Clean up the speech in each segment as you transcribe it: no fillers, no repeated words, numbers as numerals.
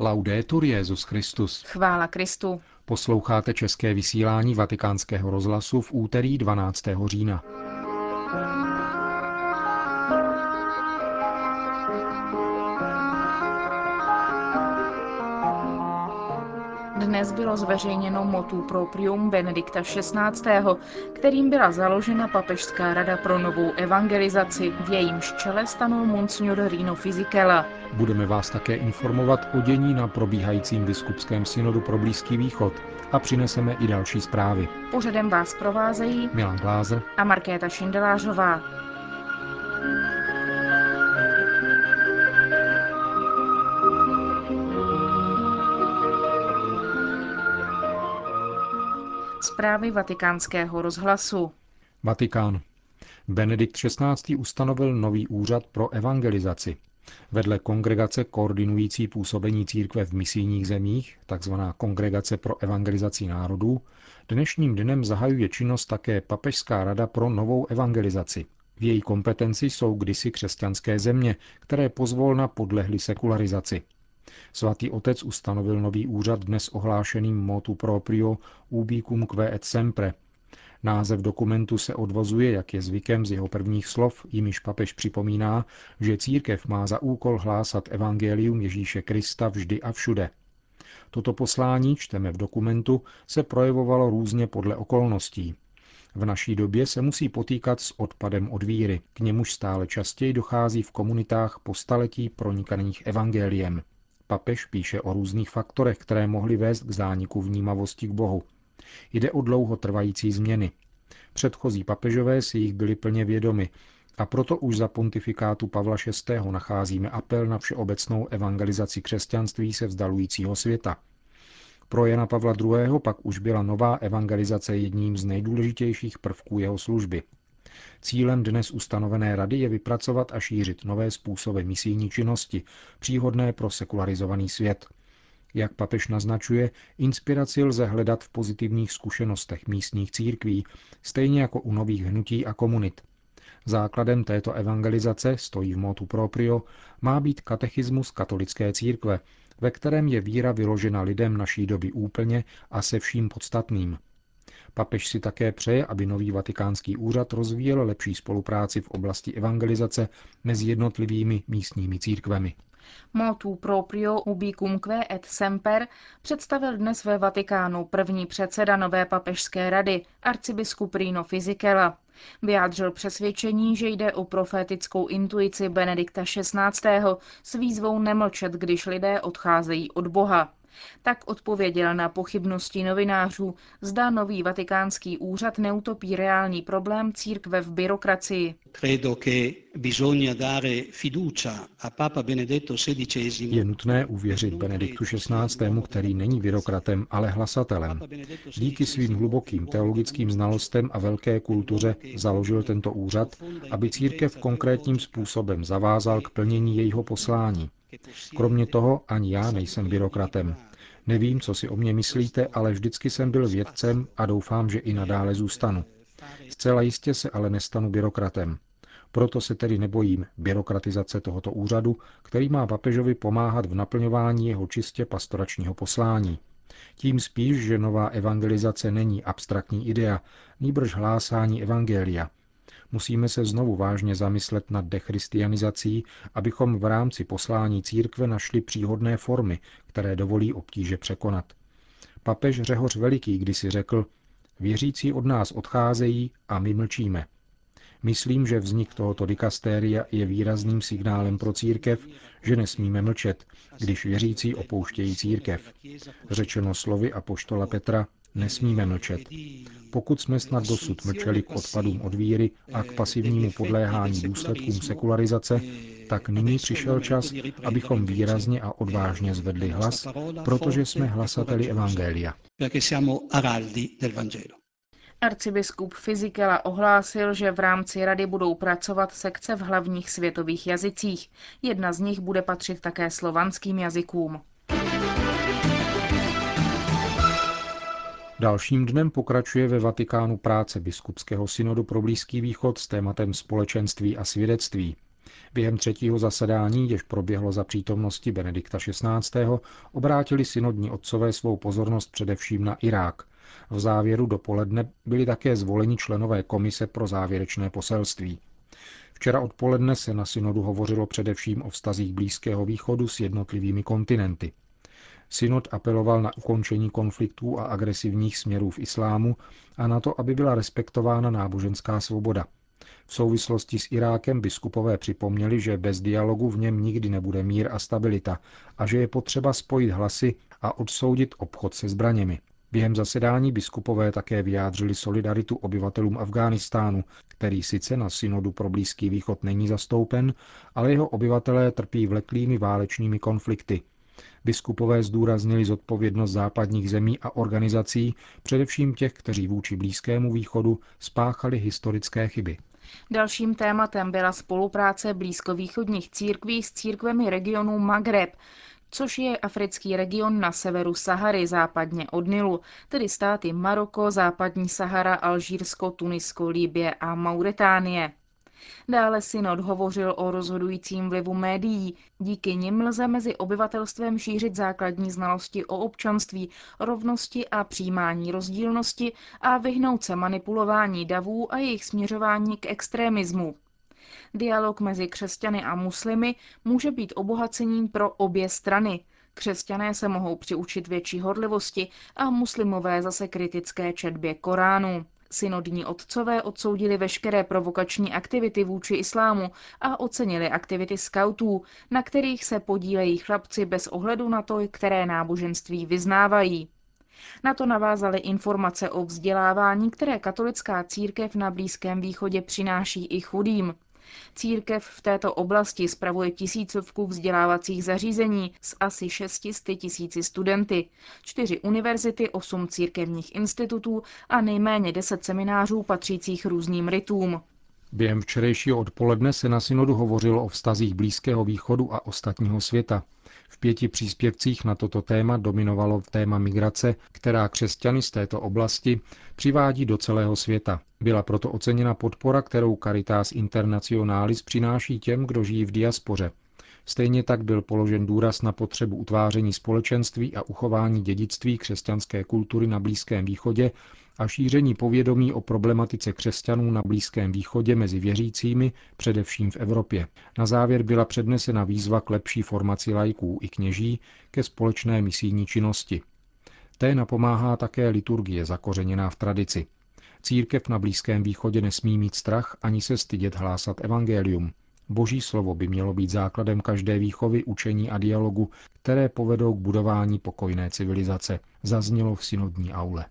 Laudetur Jesus Christus. Chvála Kristu. Posloucháte české vysílání Vatikánského rozhlasu v úterý 12. října. Dnes bylo zveřejněno motu proprium Benedikta XVI., kterým byla založena Papežská rada pro novou evangelizaci, v jejímž čele stanul Monsignor Rino Fisichella. Budeme vás také informovat o dění na probíhajícím biskupském synodu pro Blízký východ a přineseme i další zprávy. Pořadem vás provázejí Milan Glázer a Markéta Šindelářová. Zprávy Vatikánského rozhlasu. Vatikán. Benedikt XVI. Ustanovil nový úřad pro evangelizaci. Vedle kongregace koordinující působení církve v misijních zemích, takzvaná Kongregace pro evangelizaci národů, dnešním dnem zahajuje činnost také Papežská rada pro novou evangelizaci. V její kompetenci jsou kdysi křesťanské země, které pozvolna podlehly sekularizaci. Svatý otec ustanovil nový úřad dnes ohlášeným motu proprio Ubicum quae et sempre. Název dokumentu se odvozuje, jak je zvykem z jeho prvních slov, jimiž papež připomíná, že církev má za úkol hlásat evangelium Ježíše Krista vždy a všude. Toto poslání, čteme v dokumentu, se projevovalo různě podle okolností. V naší době se musí potýkat s odpadem od víry, k němuž stále častěji dochází v komunitách po staletí pronikaných evangeliem. Papež píše o různých faktorech, které mohly vést k zániku vnímavosti k Bohu. Jde o dlouhotrvající změny. Předchozí papežové si jich byli plně vědomi a proto už za pontifikátu Pavla VI. Nacházíme apel na všeobecnou evangelizaci křesťanství se vzdalujícího světa. Pro Jana Pavla II. Pak už byla nová evangelizace jedním z nejdůležitějších prvků jeho služby. Cílem dnes ustanovené rady je vypracovat a šířit nové způsoby misijní činnosti, příhodné pro sekularizovaný svět. Jak papež naznačuje, inspiraci lze hledat v pozitivních zkušenostech místních církví, stejně jako u nových hnutí a komunit. Základem této evangelizace, stojí v motu proprio, má být katechismus katolické církve, ve kterém je víra vyložena lidem naší doby úplně a se vším podstatným. Papež si také přeje, aby nový vatikánský úřad rozvíjel lepší spolupráci v oblasti evangelizace mezi jednotlivými místními církvemi. Motu proprio Ubicum quae et semper představil dnes ve Vatikánu první předseda nové papežské rady, arcibiskup Rino Fisichella. Vyjádřil přesvědčení, že jde o profetickou intuici Benedikta XVI. S výzvou nemlčet, když lidé odcházejí od Boha. Tak odpověděl na pochybnosti novinářů, zda nový vatikánský úřad neutopí reálný problém církve v byrokracii. Je nutné uvěřit Benediktu XVI., který není byrokratem, ale hlasatelem. Díky svým hlubokým teologickým znalostem a velké kultuře založil tento úřad, aby církev konkrétním způsobem zavázal k plnění jejího poslání. Kromě toho ani já nejsem byrokratem. Nevím, co si o mě myslíte, ale vždycky jsem byl vědcem a doufám, že i nadále zůstanu. Zcela jistě se ale nestanu byrokratem. Proto se tedy nebojím byrokratizace tohoto úřadu, který má papežovi pomáhat v naplňování jeho čistě pastoračního poslání. Tím spíš, že nová evangelizace není abstraktní idea, nýbrž hlásání evangelia. Musíme se znovu vážně zamyslet nad dechristianizací, abychom v rámci poslání církve našli příhodné formy, které dovolí obtíže překonat. Papež Řehoř Veliký kdysi řekl, věřící od nás odcházejí a my mlčíme. Myslím, že vznik tohoto dikastéria je výrazným signálem pro církev, že nesmíme mlčet, když věřící opouštějí církev. Řečeno slovy apoštola Petra, nesmíme mlčet. Pokud jsme snad dosud mlčeli k odpadům od víry a k pasivnímu podléhání důsledkům sekularizace, tak nyní přišel čas, abychom výrazně a odvážně zvedli hlas, protože jsme hlasateli evangelia. Arcibiskup Fisichella ohlásil, že v rámci rady budou pracovat sekce v hlavních světových jazycích. Jedna z nich bude patřit také slovanským jazykům. Dalším dnem pokračuje ve Vatikánu práce biskupského synodu pro Blízký východ s tématem společenství a svědectví. Během třetího zasedání, jež proběhlo za přítomnosti Benedikta XVI., obrátili synodní otcové svou pozornost především na Irák. V závěru dopoledne byli také zvoleni členové komise pro závěrečné poselství. Včera odpoledne se na synodu hovořilo především o vztazích Blízkého východu s jednotlivými kontinenty. Synod apeloval na ukončení konfliktů a agresivních směrů v islámu a na to, aby byla respektována náboženská svoboda. V souvislosti s Irákem biskupové připomněli, že bez dialogu v něm nikdy nebude mír a stabilita a že je potřeba spojit hlasy a odsoudit obchod se zbraněmi. Během zasedání biskupové také vyjádřili solidaritu obyvatelům Afghánistánu, který sice na synodu pro Blízký východ není zastoupen, ale jeho obyvatelé trpí vleklými válečnými konflikty. Biskupové zdůraznili zodpovědnost západních zemí a organizací, především těch, kteří vůči Blízkému východu spáchali historické chyby. Dalším tématem byla spolupráce blízkovýchodních církví s církvemi regionu Magreb, což je africký region na severu Sahary, západně od Nilu, tedy státy Maroko, západní Sahara, Alžírsko, Tunisko, Libye a Mauritánie. Dále synod hovořil o rozhodujícím vlivu médií. Díky nim lze mezi obyvatelstvem šířit základní znalosti o občanství, rovnosti a přijímání rozdílnosti a vyhnout se manipulování davů a jejich směřování k extrémismu. Dialog mezi křesťany a muslimy může být obohacením pro obě strany. Křesťané se mohou přiučit větší horlivosti a muslimové zase kritické četbě Koránu. Synodní otcové odsoudili veškeré provokační aktivity vůči islámu a ocenili aktivity skautů, na kterých se podílejí chlapci bez ohledu na to, které náboženství vyznávají. Na to navázaly informace o vzdělávání, které katolická církev na Blízkém východě přináší i chudým. Církev v této oblasti spravuje tisícovku vzdělávacích zařízení s asi 600 000 studenty, 4 univerzity, 8 církevních institutů a nejméně 10 seminářů patřících různým ritům. Během včerejšího odpoledne se na synodu hovořilo o vztazích Blízkého východu a ostatního světa. V 5 příspěvcích na toto téma dominovalo téma migrace, která křesťany z této oblasti přivádí do celého světa. Byla proto oceněna podpora, kterou Caritas Internationalis přináší těm, kdo žijí v diaspoře. Stejně tak byl položen důraz na potřebu utváření společenství a uchování dědictví křesťanské kultury na Blízkém východě a šíření povědomí o problematice křesťanů na Blízkém východě mezi věřícími, především v Evropě. Na závěr byla přednesena výzva k lepší formaci laiků i kněží ke společné misijní činnosti. Té napomáhá také liturgie zakořeněná v tradici. Církev na Blízkém východě nesmí mít strach ani se stydět hlásat evangelium. Boží slovo by mělo být základem každé výchovy, učení a dialogu, které povedou k budování pokojné civilizace, zaznělo v synodní aule.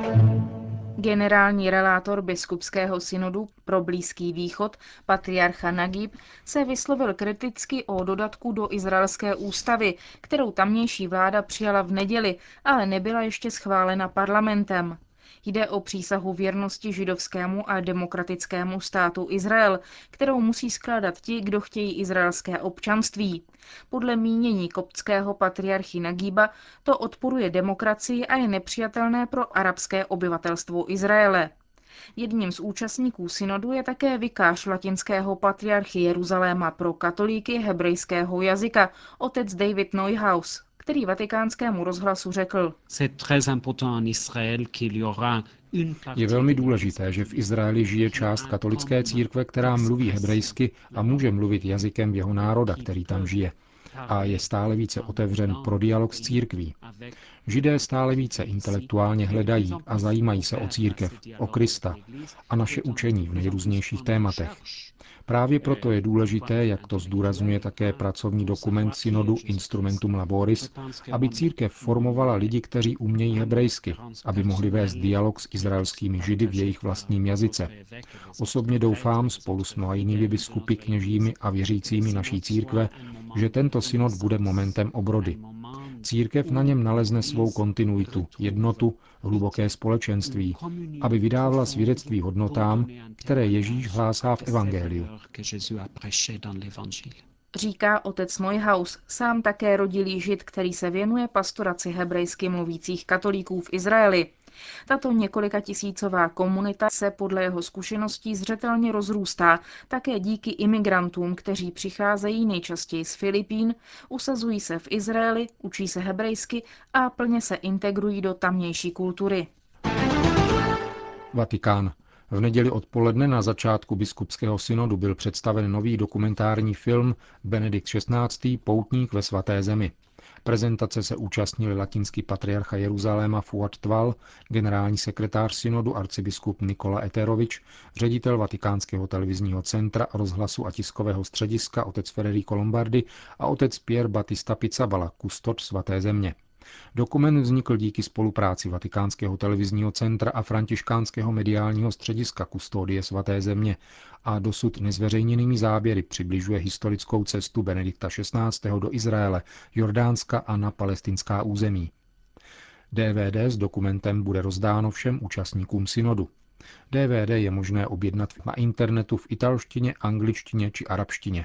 Generální relátor biskupského synodu pro Blízký východ, patriarcha Nagib, se vyslovil kriticky o dodatku do izraelské ústavy, kterou tamnější vláda přijala v neděli, ale nebyla ještě schválena parlamentem. Jde o přísahu věrnosti židovskému a demokratickému státu Izrael, kterou musí skládat ti, kdo chtějí izraelské občanství. Podle mínění koptského patriarchy Nagiba to odporuje demokracii a je nepřijatelné pro arabské obyvatelstvo Izraele. Jedním z účastníků synodu je také vikář latinského patriarchy Jeruzaléma pro katolíky hebrejského jazyka, otec David Neuhaus, který Vatikánskému rozhlasu řekl: Je velmi důležité, že v Izraeli žije část katolické církve, která mluví hebrejsky a může mluvit jazykem jeho národa, který tam žije. A je stále více otevřen pro dialog s církví. Židé stále více intelektuálně hledají a zajímají se o církev, o Krista a naše učení v nejrůznějších tématech. Právě proto je důležité, jak to zdůrazňuje také pracovní dokument synodu Instrumentum Laboris, aby církev formovala lidi, kteří umějí hebrejsky, aby mohli vést dialog s izraelskými Židy v jejich vlastním jazyce. Osobně doufám spolu s mnoha jinými biskupy, kněžími a věřícími naší církve, že tento synod bude momentem obrody. Církev na něm nalezne svou kontinuitu, jednotu, hluboké společenství, aby vydávala svědectví hodnotám, které Ježíš hlásá v evangeliu. Říká otec Neuhaus, sám také rodilý Žid, který se věnuje pastoraci hebrejsky mluvících katolíků v Izraeli. Tato několika tisícová komunita se podle jeho zkušeností zřetelně rozrůstá také díky imigrantům, kteří přicházejí nejčastěji z Filipín, usazují se v Izraeli, učí se hebrejsky a plně se integrují do tamnější kultury. Vatikán. V neděli odpoledne na začátku biskupského synodu byl představen nový dokumentární film Benedikt XVI. Poutník ve svaté zemi. Prezentace se účastnili latinský patriarcha Jeruzaléma Fuad Tval, generální sekretář synodu arcibiskup Nikola Eterovič, ředitel Vatikánského televizního centra, rozhlasu a tiskového střediska otec Federico Lombardi a otec Pier Battista Pizzaballa, kustod svaté země. Dokument vznikl díky spolupráci Vatikánského televizního centra a františkánského mediálního střediska Kustodie svaté země a dosud nezveřejněnými záběry přibližuje historickou cestu Benedikta XVI. Do Izraele, Jordánska a na palestinská území. DVD s dokumentem bude rozdáno všem účastníkům synodu. DVD je možné objednat na internetu v italštině, angličtině či arabštině.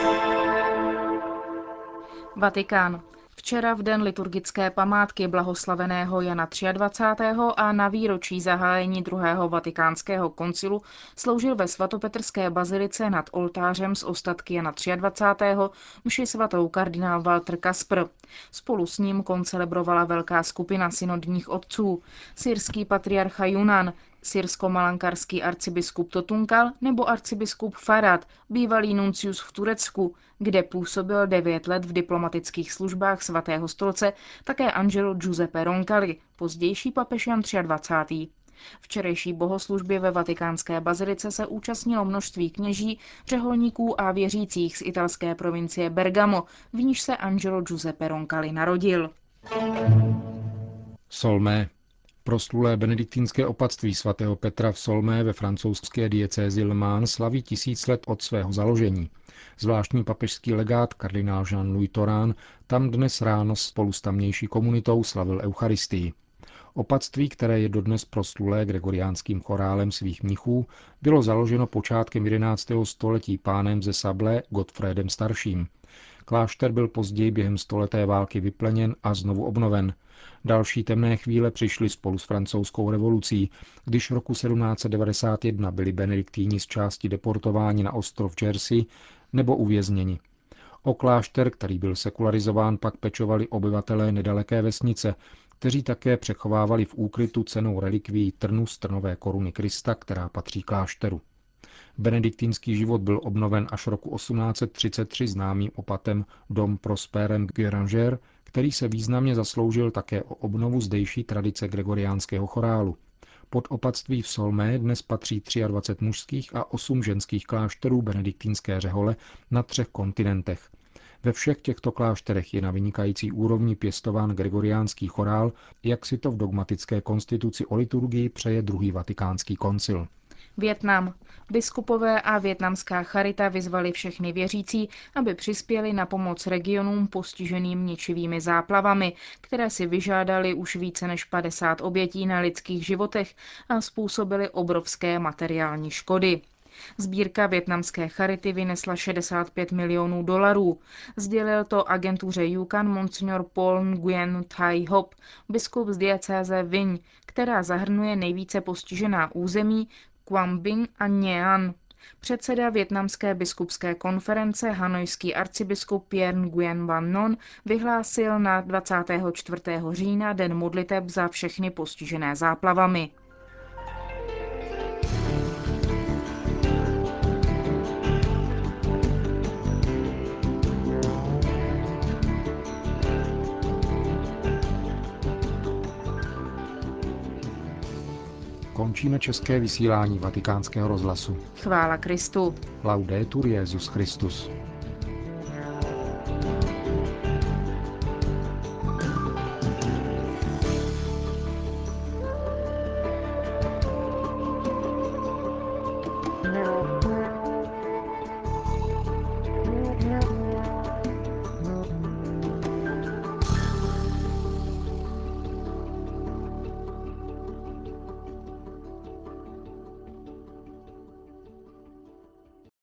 Vatikán. Včera v den liturgické památky blahoslaveného Jana 23. a na výročí zahájení druhého vatikánského koncilu sloužil ve svatopetrské bazilice nad oltářem s ostatky Jana 23. mši svatou kardinál Walter Kasper. Spolu s ním koncelebrovala velká skupina synodních otců, syrský patriarcha Junan, syrsko-malankarský arcibiskup Totunkal nebo arcibiskup Farad, bývalý nuncius v Turecku, kde působil 9 let v diplomatických službách svatého stolce, také Angelo Giuseppe Roncalli, pozdější papež Jan 23. Včerejší bohoslužbě ve vatikánské bazilice se účastnilo množství kněží, řeholníků a věřících z italské provincie Bergamo, v níž se Angelo Giuseppe Roncalli narodil. Solmé. Proslulé benediktínské opatství svatého Petra v Solmé ve francouzské diecézi Le Mans slaví 1000 let od svého založení. Zvláštní papežský legát kardinál Jean-Louis Torán tam dnes ráno spolu s tamnější komunitou slavil eucharistii. Opatství, které je dodnes proslulé gregoriánským chorálem svých mnichů, bylo založeno počátkem 11. století pánem ze Sable Gottfriedem starším. Klášter byl později během stoleté války vypleněn a znovu obnoven. Další temné chvíle přišly spolu s francouzskou revolucí, když roku 1791 byli benediktíni z části deportováni na ostrov Jersey nebo uvězněni. O klášter, který byl sekularizován, pak pečovali obyvatelé nedaleké vesnice, kteří také přechovávali v úkrytu cennou relikvií trnu z trnové koruny Krista, která patří klášteru. Benediktínský život byl obnoven až roku 1833 známým opatem Dom Prosperem Guéranger, který se významně zasloužil také o obnovu zdejší tradice gregoriánského chorálu. Pod opatství v Solmé dnes patří 23 mužských a 8 ženských klášterů benediktínské řehole na 3 kontinentech. Ve všech těchto klášterech je na vynikající úrovni pěstován gregoriánský chorál, jak si to v dogmatické konstituci o liturgii přeje druhý vatikánský koncil. Vietnam. Biskupové a vietnamská charita vyzvali všechny věřící, aby přispěli na pomoc regionům postiženým ničivými záplavami, které si vyžádaly už více než 50 obětí na lidských životech a způsobily obrovské materiální škody. Sbírka vietnamské charity vynesla $65 milionů. Sdělil to agentuře Yuccan monsignor Paul Nguyen Thai Hop, biskup z diecéze Vinh, která zahrnuje nejvíce postižená území Quang Binh a Nha An. Předseda vietnamské biskupské konference, hanojský arcibiskup Pierre Nguyen Van Non, vyhlásil na 24. října den modliteb za všechny postižené záplavami. Končíme české vysílání Vatikánského rozhlasu. Chvála Kristu. Laudetur Jesus Christus.